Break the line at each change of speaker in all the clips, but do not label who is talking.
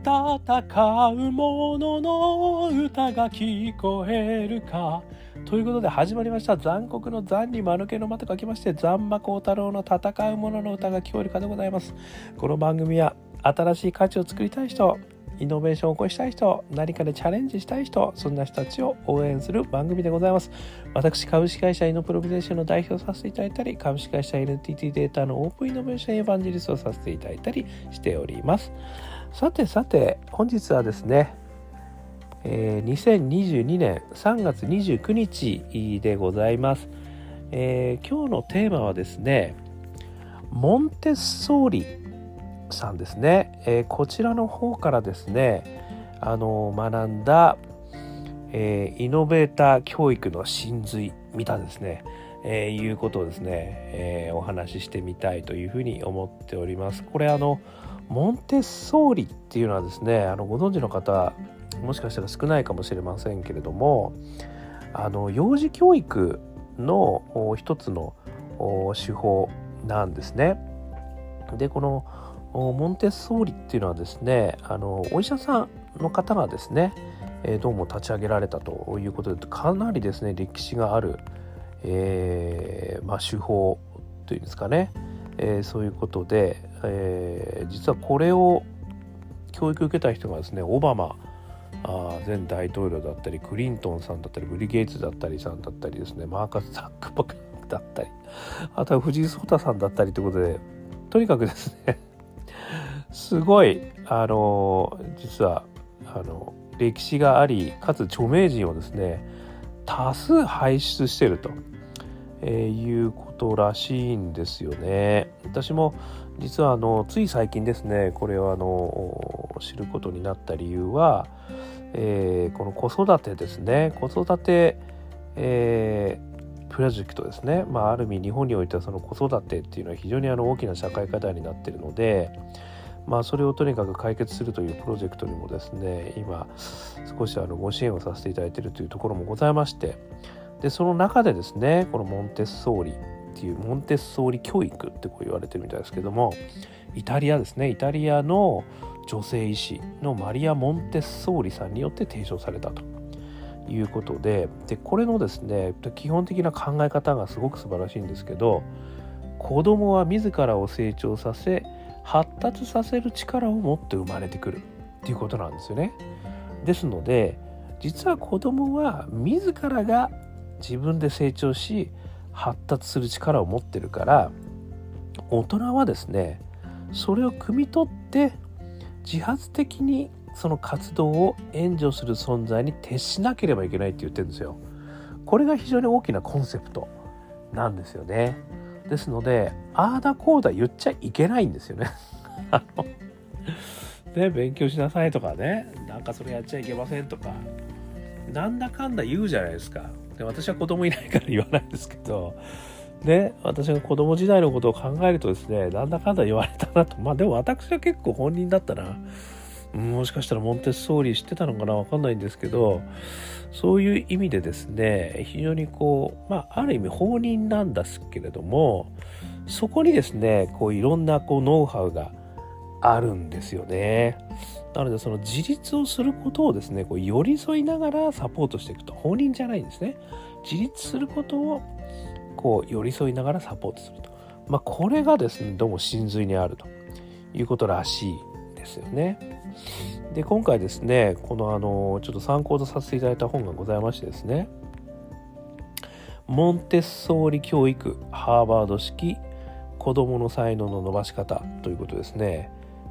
戦う者の歌が聞こえるか。ということで始まりました。残酷の残に間抜けの間と書きまして、残魔高太郎の戦う者の歌が聞こえるかでございます。この番組は新しい価値を作りたい人、イノベーションを起こしたい人、何かでチャレンジしたい人、そんな人たちを応援する番組でございます。私、株式会社イノプロビゼーションの代表をさせていただいたり、株式会社 NTT データのオープンイノベーションエヴァンジェリストをさせていただいたりしております。さて、本日はですね、2022年3月29日でございます。今日のテーマはですね、モンテッソーリさんですね。こちらの方からですね、学んだ、イノベーター教育の真髄みたいですね、いうことをですね、お話ししてみたいというふうに思っております。これモンテッソーリっていうのはですね、ご存知の方もしかしたら少ないかもしれませんけれども、幼児教育の一つの手法なんですね。で、このモンテッソーリっていうのはですね、お医者さんの方がですね、どうも立ち上げられたということで、かなりですね歴史がある、手法というんですかね、そういうことで、実はこれを教育受けた人がですね、オバマ前大統領だったり、クリントンさんだったり、ビル・ゲイツだったりさんだったりですね、マーカス・ザックバーグだったり、あとは藤井聡太さんだったりということで、とにかくですねすごい実は歴史があり、かつ著名人をですね多数輩出していると、いうことらしいんですよね。私も実はつい最近ですね、これを知ることになった理由は、この子育てですね、子育て、プロジェクトですね。ある意味日本においてはその子育てっていうのは非常に大きな社会課題になっているので、それをとにかく解決するというプロジェクトにもですね、今少しご支援をさせていただいているというところもございまして、でその中でですね、このモンテッソーリっていうモンテッソーリ教育ってこう言われてるみたいですけども、イタリアですね、イタリアの女性医師のマリア・モンテッソーリさんによって提唱されたということで、これのですね基本的な考え方がすごく素晴らしいんですけど、子供は自らを成長させ発達させる力を持って生まれてくるっていうことなんですよね。ですので実は子供は自らが自分で成長し発達する力を持ってるから、大人はですねそれを汲み取って自発的にその活動を援助する存在に徹しなければいけないって言ってるんですよ。これが非常に大きなコンセプトなんですよね。ですのであーだこうだ言っちゃいけないんですよね勉強しなさいとかね、なんかそれやっちゃいけませんとか、なんだかんだ言うじゃないですか。で、私は子供いないから言わないですけどね、私が子供時代のことを考えるとですね、なんだかんだ言われたなと。でも私は結構本人だったな、もしかしたらモンテッソーリ知ってたのかな、わかんないんですけど、そういう意味でですね、非常にある意味放任なんですけれども、そこにですねいろんなノウハウがあるんですよね。なのでその自立をすることをですね寄り添いながらサポートしていくと、放任じゃないんですね。自立することを寄り添いながらサポートすると、これがですねどうも真髄にあるということらしいですよね。で、今回ですねこのちょっと参考とさせていただいた本がございましてですね、モンテッソーリ教育ハーバード式子どもの才能の伸ばし方ということですね。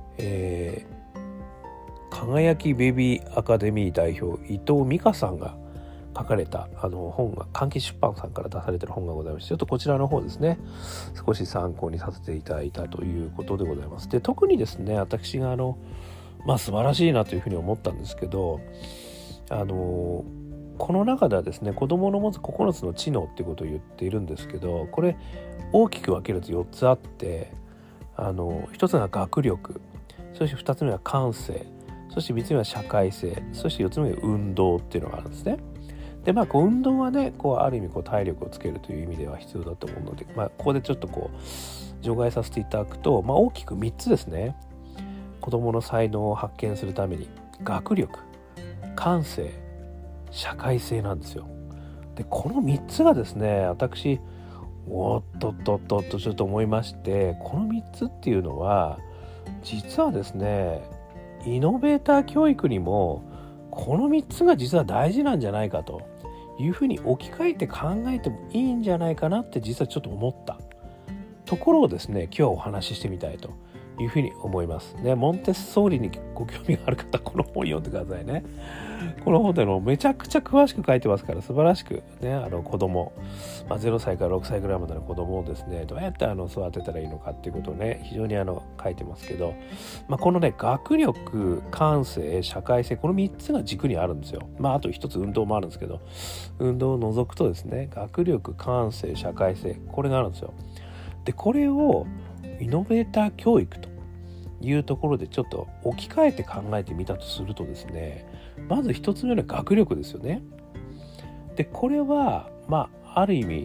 輝きベビーアカデミー代表伊藤美香さんが書かれた本が換気出版さんから出されている本がございまして、ちょっとこちらの方ですね少し参考にさせていただいたということでございます。で、特にですね私が素晴らしいなというふうに思ったんですけど、この中ではですね子どもの持つ9つの知能っていうことを言っているんですけど、これ大きく分けると4つあって、1つが学力、そして2つ目は感性、そして3つ目は社会性、そして4つ目が運動っていうのがあるんですね。で運動はねある意味体力をつけるという意味では必要だと思うので、ここでちょっと除外させていただくと、大きく3つですね。 子どもの才能を発見するために学力、感性、社会性なんですよ。でこの3つがですね、私おっとちょっと思いまして、この3つっていうのは実はですね、イノベーター教育にもこの3つが実は大事なんじゃないかというふうに置き換えて考えてもいいんじゃないかなって実はちょっと思ったところをですね、今日はお話ししてみたいというふうに思いますね。モンテッソーリにご興味がある方、この本読んでくださいね。この本でめちゃくちゃ詳しく書いてますから、素晴らしくね、子供、0歳から6歳ぐらいまでの子供をですね、どうやって育てたらいいのかっていうことをね、非常に書いてますけど、このね、学力、感性、社会性、この3つが軸にあるんですよ。あと1つ運動もあるんですけど、運動を除くとですね、学力、感性、社会性、これがあるんですよ。でこれをイノベーター教育というところでちょっと置き換えて考えてみたとするとですね、まず一つ目の学力ですよね。でこれはある意味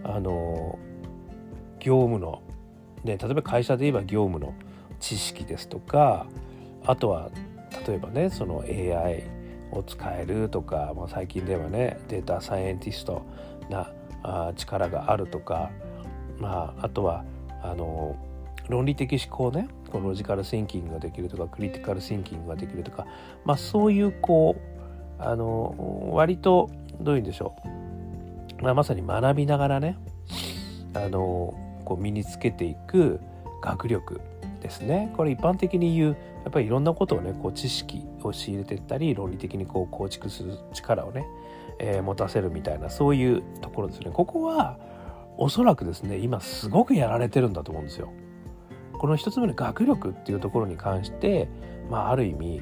業務の、ね、例えば会社で言えば業務の知識ですとか、あとは例えばね、その AI を使えるとか、最近ではねデータサイエンティストな力があるとか、あとは論理的思考ね、ロジカルシンキングができるとかクリティカルシンキングができるとか、そういう割とどういうんでしょう、まさに学びながらね身につけていく学力ですね。これ一般的に言うやっぱりいろんなことをね知識を仕入れていったり論理的に構築する力をね、持たせるみたいな、そういうところですね。ここはおそらくですね、今すごくやられてるんだと思うんですよ。この一つ目の学力っていうところに関して、ある意味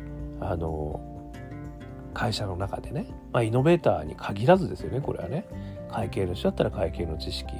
会社の中でね、イノベーターに限らずですよね。これはね、会計の人だったら会計の知識、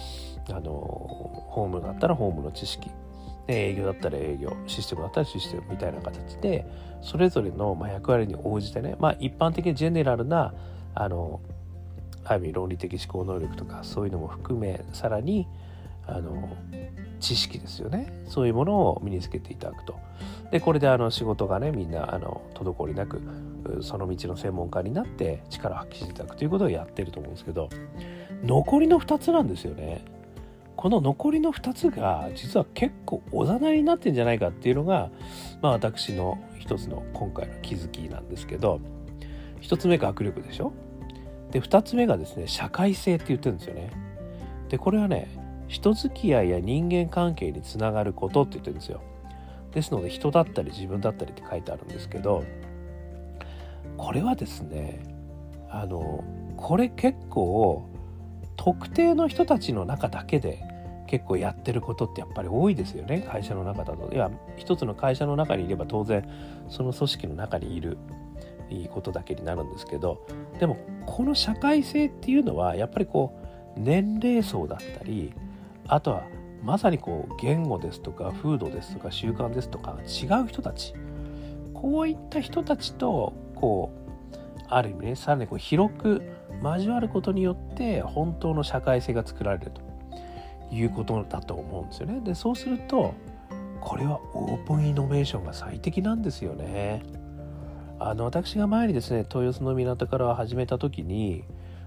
法務だったら法務の知識、営業だったら営業、システムだったらシステムみたいな形でそれぞれの役割に応じてね、一般的にジェネラルなある意味論理的思考能力とかそういうのも含め、さらに知識ですよね、そういうものを身につけていただくと。でこれで仕事がねみんな滞りなくその道の専門家になって力を発揮していただくということをやってると思うんですけど、残りの2つなんですよね。この残りの2つが実は結構おざなりになってんじゃないかっていうのが、私の一つの今回の気づきなんですけど、1つ目学力でしょ。で2つ目がですね社会性って言ってるんですよね。でこれはね、人付き合いや人間関係につながることって言ってるんですよ。ですので人だったり自分だったりって書いてあるんですけど、これはですねこれ結構特定の人たちの中だけで結構やってることってやっぱり多いですよね。会社の中だと、いや一つの会社の中にいれば当然その組織の中にいるいいことだけになるんですけど、でもこの社会性っていうのはやっぱり年齢層だったり、あとはまさに言語ですとか風土ですとか習慣ですとか違う人たち、こういった人たちとある意味ねさらに広く交わることによって本当の社会性が作られるということだと思うんですよね。でそうするとこれはオープンイノベーションが最適なんですよね。私が前にですね豊洲の港から始めた時に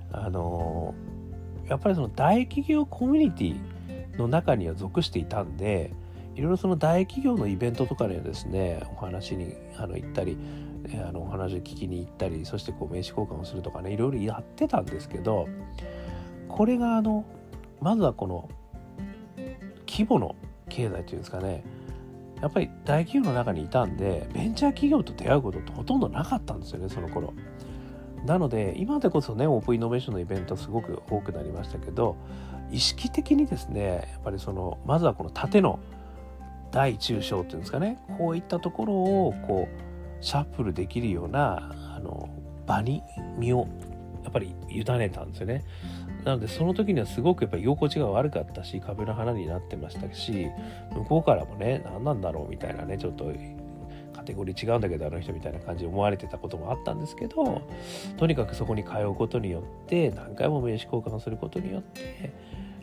やっぱりその大企業コミュニティの中には属していたんで、いろいろその大企業のイベントとかでですねお話に行ったりお話を聞きに行ったり、そして名刺交換をするとかね、いろいろやってたんですけど、これがまずはこの規模の経済というんですかね、やっぱり大企業の中にいたんでベンチャー企業と出会うことってほとんどなかったんですよね、その頃。なので今でこそねオープンイノベーションのイベントすごく多くなりましたけど、意識的にですねやっぱりまずはこの縦の大中小っていうんですかね、こういったところをシャッフルできるような場に身をやっぱり委ねたんですよね。なのでその時にはすごくやっぱり居心地が悪かったし、壁の花になってましたし、向こうからもね何なんだろうみたいなね、ちょっとカテゴリー違うんだけどあの人みたいな感じで思われてたこともあったんですけど、とにかくそこに通うことによって何回も名刺交換することによって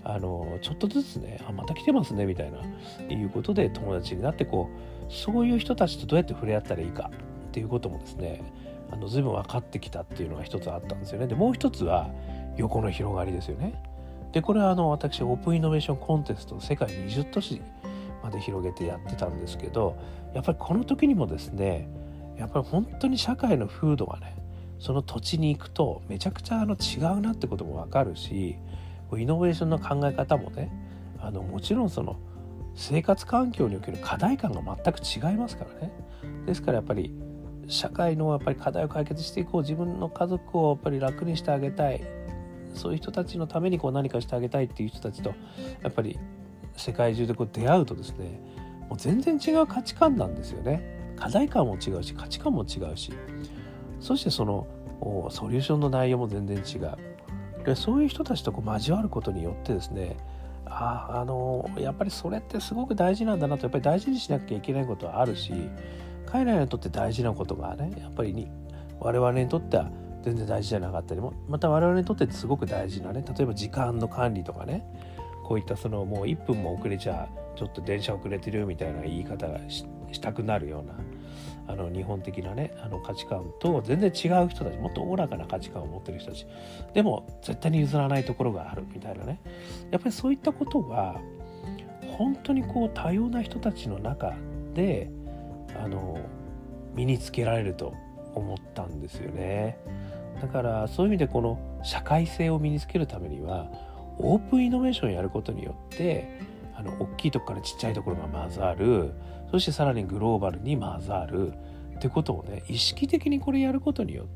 ちょっとずつね、また来てますねみたいないうことで友達になって、そういう人たちとどうやって触れ合ったらいいかっていうこともですね、随分分かってきたっていうのが一つあったんですよね。でもう一つは横の広がりですよね。でこれは私オープンイノベーションコンテストを世界20都市まで広げてやってたんですけど、やっぱりこの時にもですね、やっぱり本当に社会の風土がね、その土地に行くとめちゃくちゃ違うなってことも分かるし、イノベーションの考え方もね、もちろんその生活環境における課題感が全く違いますからね。ですからやっぱり社会のやっぱり課題を解決していこう、自分の家族をやっぱり楽にしてあげたい、そういう人たちのために何かしてあげたいっていう人たちとやっぱり世界中で出会うとですね、もう全然違う価値観なんですよね。課題感も違うし価値観も違うし、そしてそのソリューションの内容も全然違う。でそういう人たちと交わることによってですね、やっぱりそれってすごく大事なんだなと、やっぱり大事にしなきゃいけないことはあるし、彼らにとって大事なことがね、やっぱり我々にとっては全然大事じゃなかったりも、また我々にとってすごく大事なね、例えば時間の管理とかね、こういったもう1分も遅れちゃちょっと電車遅れてるみたいな言い方がしたくなるような日本的なね価値観と全然違う人たち、もっとおおらかな価値観を持ってる人たちでも絶対に譲らないところがあるみたいなね、やっぱりそういったことが本当に多様な人たちの中で身につけられると思ったんですよね。だからそういう意味でこの社会性を身につけるためにはオープンイノベーションをやることによって大きいところからちっちゃいところが混ざる、そしてさらにグローバルに混ざるってことをね、意識的にこれやることによって、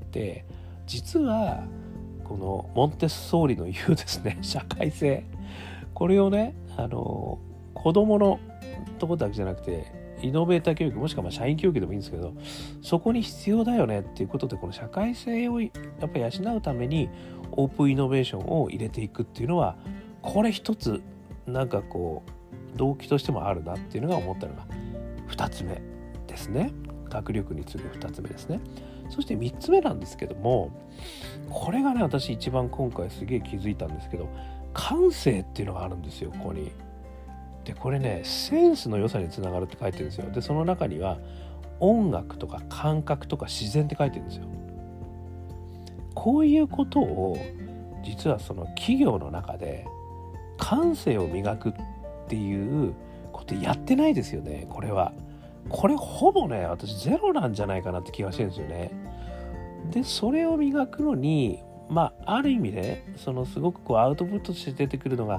実はこのモンテッソーリの言うですね社会性、これをね子供のところだけじゃなくてイノベーター教育、もしくは社員教育でもいいんですけど、そこに必要だよねっていうことで、この社会性をやっぱり養うためにオープンイノベーションを入れていくっていうのは、これ一つ動機としてもあるなっていうのが思ったのが2つ目ですね。学力に次ぐ2つ目ですね。そして3つ目なんですけども、これがね私一番今回すげえ気づいたんですけど、感性っていうのがあるんですよ、ここに。でこれね、センスの良さにつながるって書いてるんですよ。でその中には音楽とか感覚とか自然って書いてるんですよ。こういうことを実はその企業の中で感性を磨くっていうことやってないですよね。これほぼね、私ゼロなんじゃないかなって気がしてるんですよね。でそれを磨くのにある意味ね、すごくアウトプットとして出てくるのが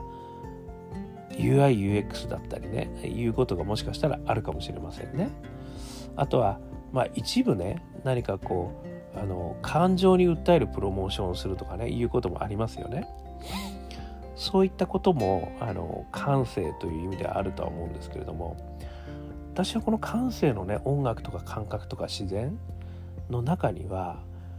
UI/UX だったりね、いうことがもしかしたらあるかもしれませんね。あとは一部ね、何か感情に訴えるプロモーションをするとかね、いうこともありますよね。そういったことも感性という意味ではあるとは思うんですけれども、私はこの感性のね、音楽とか感覚とか自然の中には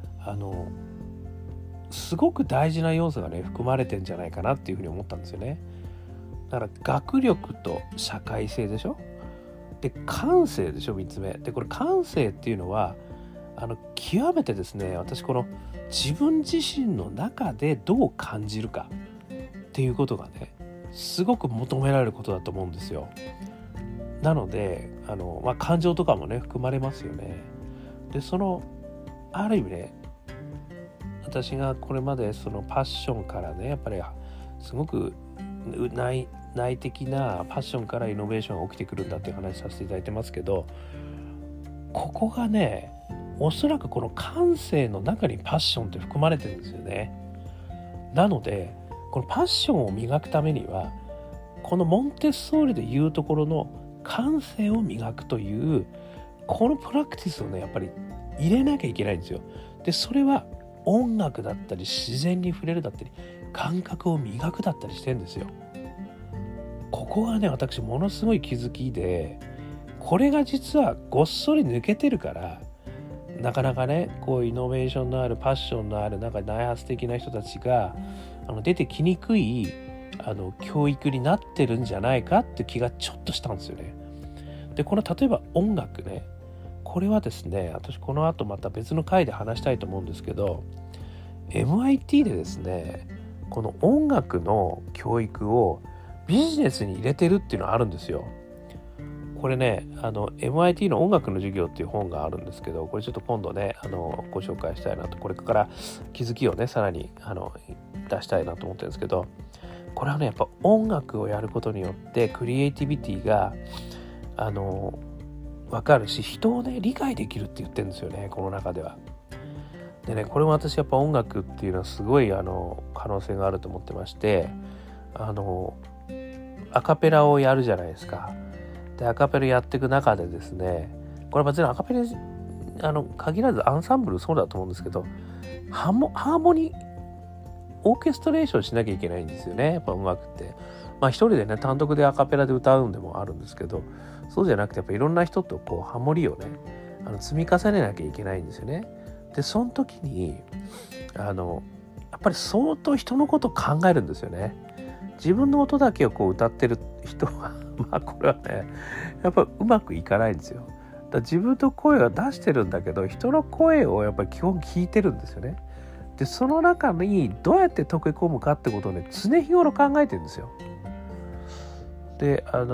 すごく大事な要素がね含まれてんじゃないかなっていうふうに思ったんですよね。だから学力と社会性でしょ、で感性でしょ、3つ目で。これ感性っていうのは極めてですね、私この自分自身の中でどう感じるかっていうことがね、すごく求められることだと思うんですよ。なので感情とかもね含まれますよね。である意味ね、私がこれまでパッションからね、やっぱりすごく内的なパッションからイノベーションが起きてくるんだっていう話させていただいてますけど、ここがね、おそらくこの感性の中にパッションって含まれてるんですよね。なのでこのパッションを磨くためには、このモンテッソーリでいうところの感性を磨くというこのプラクティスをね、やっぱり入れなきゃいけないんですよ。でそれは音楽だったり自然に触れるだったり感覚を磨くだったりしてるんですよ。ここがね、私ものすごい気づきで、これが実はごっそり抜けてるから、なかなかね、イノベーションのあるパッションのある内発的な人たちが出てきにくい教育になってるんじゃないかって気がちょっとしたんですよね。で例えば音楽ね、これはですね、私この後また別の回で話したいと思うんですけど、MIT でですね、 この音楽の教育をビジネスに入れてるっていうのがあるんですよ。これねMIT の音楽の授業っていう本があるんですけど、これちょっと今度ねご紹介したいなと、これから気づきをねさらに出したいなと思ってるんですけど、これはねやっぱ音楽をやることによってクリエイティビティが分かるし、人をね理解できるって言ってるんですよね、この中では。でね、これも私やっぱ音楽っていうのはすごい可能性があると思ってまして、アカペラをやるじゃないですか。でアカペラやっていく中でですね、これは別にアカペラ限らずアンサンブルそうだと思うんですけど、ハーモニーオーケストレーションしなきゃいけないんですよね、やっぱ音楽って。一人でね単独でアカペラで歌うんでもあるんですけど、そうじゃなくてやっぱいろんな人とこうハモリをね積み重ねなきゃいけないんですよね。でその時にやっぱり相当人のことを考えるんですよね。自分の音だけをこう歌ってる人はこれはねやっぱうまくいかないんですよ。だから自分の声は出してるんだけど、人の声をやっぱり基本聞いてるんですよね。でその中にどうやって溶け込むかってことをね常日頃考えてるんですよ。であ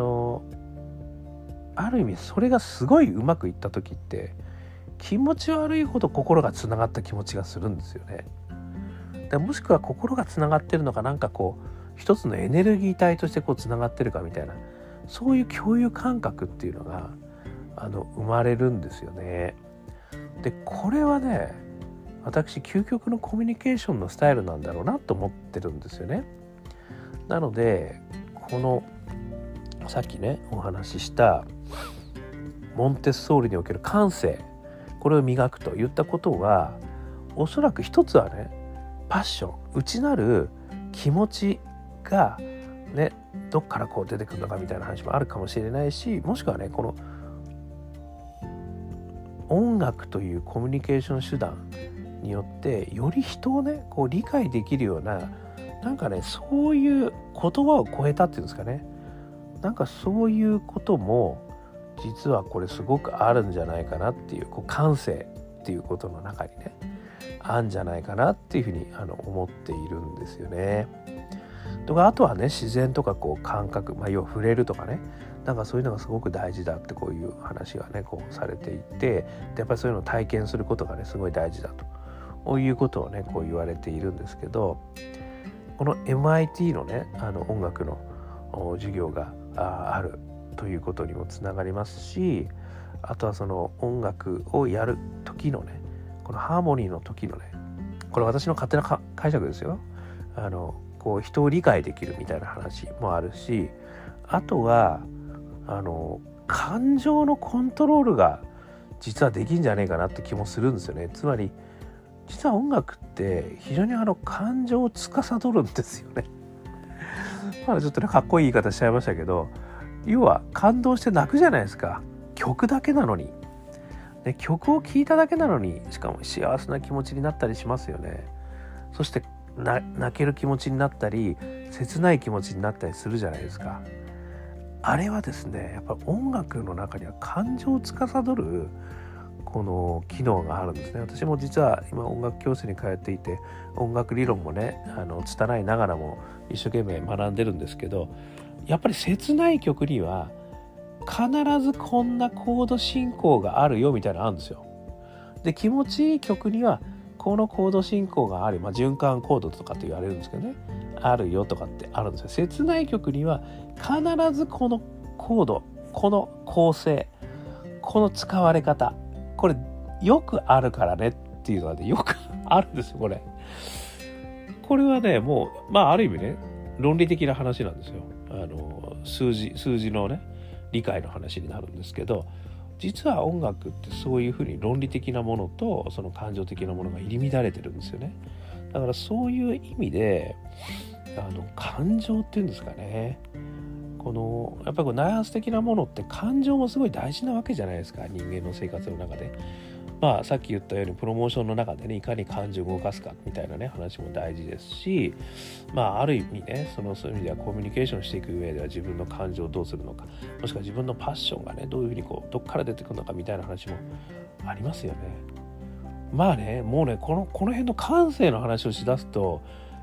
る意味それがすごいうまくいった時って気持ち悪いほど心がつながった気持ちがするんですよね。でもしくは心がつながってるのか、なんかこう一つのエネルギー体としてこうつながってるかみたいな、そういう共有感覚っていうのが生まれるんですよね。でこれはね私究極のコミュニケーションのスタイルなんだろうなと思ってるんですよね。なのでこのさっきねお話ししたモンテッソーリにおける感性、これを磨くといったことは、おそらく一つはねパッション、内なる気持ちがねどっからこう出てくるのかみたいな話もあるかもしれないし、もしくはねこの音楽というコミュニケーション手段によってより人をねこう理解できるような、なんかねそういう言葉を超えたっていうんですかね、なんかそういうことも実はこれすごくあるんじゃないかなっていう、こう感性っていうことの中にねあるんじゃないかなっていうふうに思っているんですよね。とかあとはね自然とかこう感覚、要は触れるとかね、なんかそういうのがすごく大事だってこういう話がねこうされていて、でやっぱりそういうのを体験することがねすごい大事だということをねこう言われているんですけど、この MIT のね音楽の授業があるということにもつながりますし、あとはその音楽をやる時のねこのハーモニーの時のね、これ私の勝手な解釈ですよ、こう人を理解できるみたいな話もあるし、あとは感情のコントロールが実はできるんじゃないかなって気もするんですよね。つまり実は音楽って非常に感情を司るんですよね。ちょっとねかっこいい言い方しちゃいましたけど、要は感動して泣くじゃないですか、曲だけなのに。で曲を聴いただけなのに、しかも幸せな気持ちになったりしますよね。そして泣ける気持ちになったり切ない気持ちになったりするじゃないですか。あれはですねやっぱ音楽の中には感情を司るこの機能があるんですね。私も実は今音楽教室に通っていて、音楽理論もね拙いながらも一生懸命学んでるんですけど、やっぱり切ない曲には必ずこんなコード進行があるよみたいなのあるんですよ。で気持ちいい曲にはこのコード進行がある、循環コードとかって言われるんですけどね、あるよとかってあるんですよ。切ない曲には必ずこのコード、この構成、この使われ方、これよくあるからねっていうのはねよくあるんですよ。これはねもうある意味ね論理的な話なんですよ。数字のね理解の話になるんですけど、実は音楽ってそういうふうに論理的なものとその感情的なものが入り乱れてるんですよね。だからそういう意味で感情っていうんですかね、やっぱり内発的なものって感情もすごい大事なわけじゃないですか、人間の生活の中で。さっき言ったようにプロモーションの中でねいかに感情を動かすかみたいなね話も大事ですし、ある意味ねそういう意味ではコミュニケーションしていく上では自分の感情をどうするのか、もしくは自分のパッションがねどういうふうにどっから出てくるのかみたいな話もありますよね。もうねこの辺の感性の話をしだすと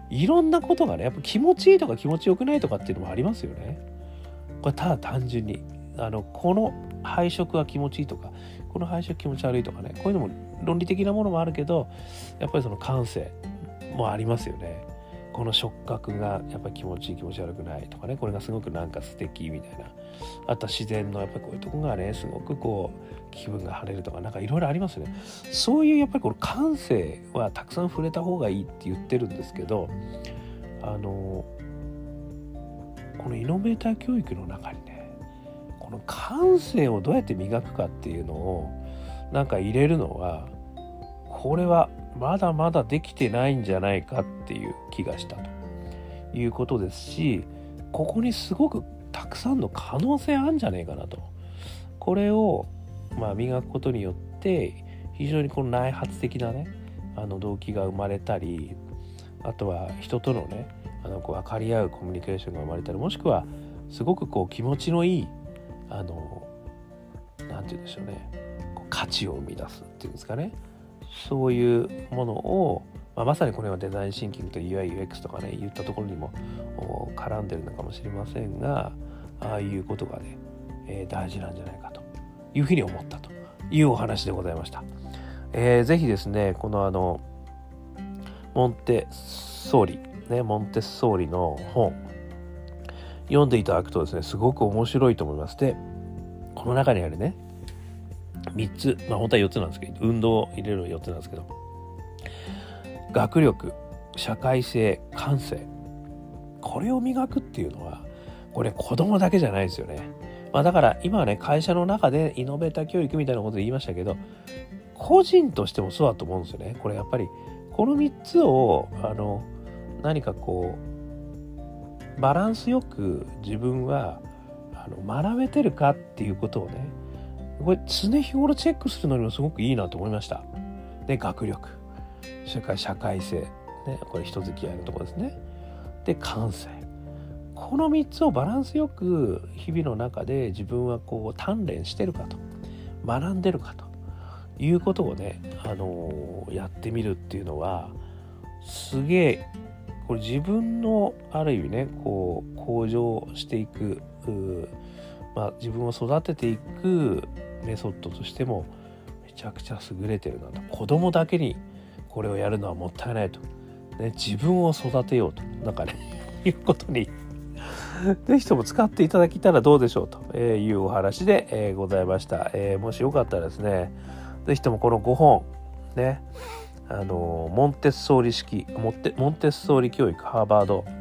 いろんなことがねやっぱ気持ちいいとか気持ちよくないとかっていうのもありますよね。これただ単純にこの配色は気持ちいいとかこの配色気持ち悪いとかね、こういうのも論理的なものもあるけど、やっぱりその感性もありますよね。この触覚がやっぱり気持ちいい気持ち悪くないとかね、これがすごくなんか素敵みたいな、あとは自然のやっぱりこういうとこがねすごくこう気分が晴れるとかなんかいろいろありますね。そういうやっぱりこの感性はたくさん触れた方がいいって言ってるんですけど、このイノベーター教育の中にね、この感性をどうやって磨くかっていうのをなんか入れるのは、これはまだまだできてないんじゃないかっていう気がしたということですし、ここにすごくたくさんの可能性あるんじゃねえかなと。これを磨くことによって非常にこの内発的なね動機が生まれたり、あとは人とのねこう分かり合うコミュニケーションが生まれたり、もしくはすごくこう気持ちのいいなんて言うんでしょうね、こう価値を生み出すっていうんですかね、そういうものを、まさにこれはデザインシンキングと UI/UX とかね言ったところにも絡んでるのかもしれませんが、ああいうことがね、大事なんじゃないかというふうに思ったというお話でございました。ぜひですねこのモンテッソーリの本読んでいただくとですねすごく面白いと思います。でこの中にあるね3つ、本当は4つなんですけど、運動を入れるの4つなんですけど、学力、社会性、感性、これを磨くっていうのはこれ子供だけじゃないですよね。だから今はね会社の中でイノベーター教育みたいなことで言いましたけど、個人としてもそうだと思うんですよね。これやっぱりこの3つを何かこうバランスよく自分は学べてるかっていうことをね、これ常日頃チェックするのにもすごくいいなと思いました。で学力、それから社会性、ね、これ人付き合いのところですね。で感性、この3つをバランスよく日々の中で自分はこう鍛錬してるかと、学んでるかということをね、やってみるっていうのはすげえこれ自分のある意味ねこう向上していく、自分を育てていくメソッドとしてもめちゃくちゃ優れてるなと。子供だけにこれをやるのはもったいないと、ね、自分を育てようとなんかねいうことにぜひとも使っていただけたらどうでしょうというお話でございました。もしよかったらですねぜひともこの5本ねモンテッソーリ式モンテッソーリ教育ハーバ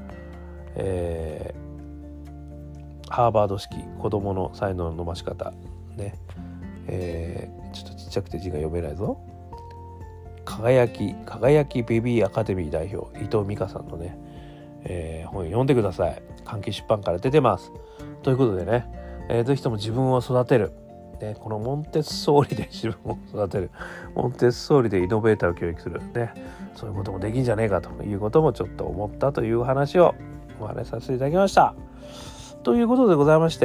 ード式子どもの才能の伸ばし方ね、ちょっとちっちゃくて字が読めないぞ。輝きベビーアカデミー代表伊藤美香さんのね、本を読んでください。換気出版から出てますということでね、ぜひとも自分を育てる、ね、このモンテッソーリで自分を育てる、モンテッソーリでイノベーターを教育する、ね、そういうこともできんじゃねえかということもちょっと思ったという話をお話しさせていただきましたということでございまして、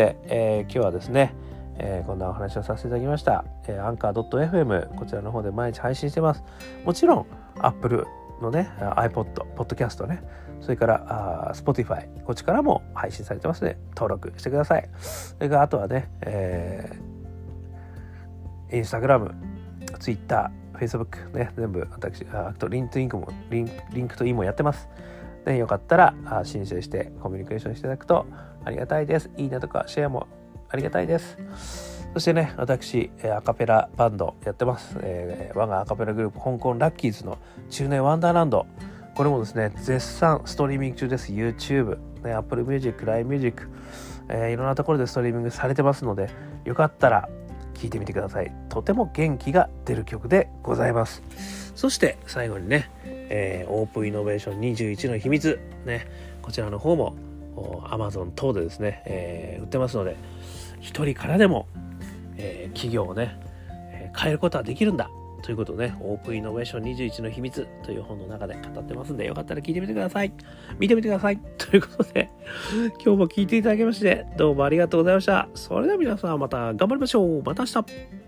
今日はですね、こんなお話をさせていただきました。アンカー .fm こちらの方で毎日配信してます。もちろん Apple のね iPod、ポッドキャストね、それからSpotify こっちからも配信されてますので登録してください。それからあとはね、Instagram、Twitter、Facebook ね全部私あとリンクトインもやってます。でよかったら申請してコミュニケーションしていただくとありがたいです。いいねとかシェアもありがたいです。そしてね私アカペラバンドやってます。我がアカペラグループ香港ラッキーズの中年ワンダーランド、これもですね絶賛ストリーミング中です。 YouTube、ね、Apple Music、LINE Music、いろんなところでストリーミングされてますのでよかったら聴いてみてください。とても元気が出る曲でございます。そして最後にね、オープンイノベーション21の秘密、ね、こちらの方も Amazon 等でですね、売ってますので一人からでも、企業をね、変えることはできるんだということをねオープンイノベーション21の秘密という本の中で語ってますんでよかったら聞いてみてください。見てみてくださいということで今日も聞いていただきましてどうもありがとうございました。それでは皆さんまた頑張りましょう。また明日。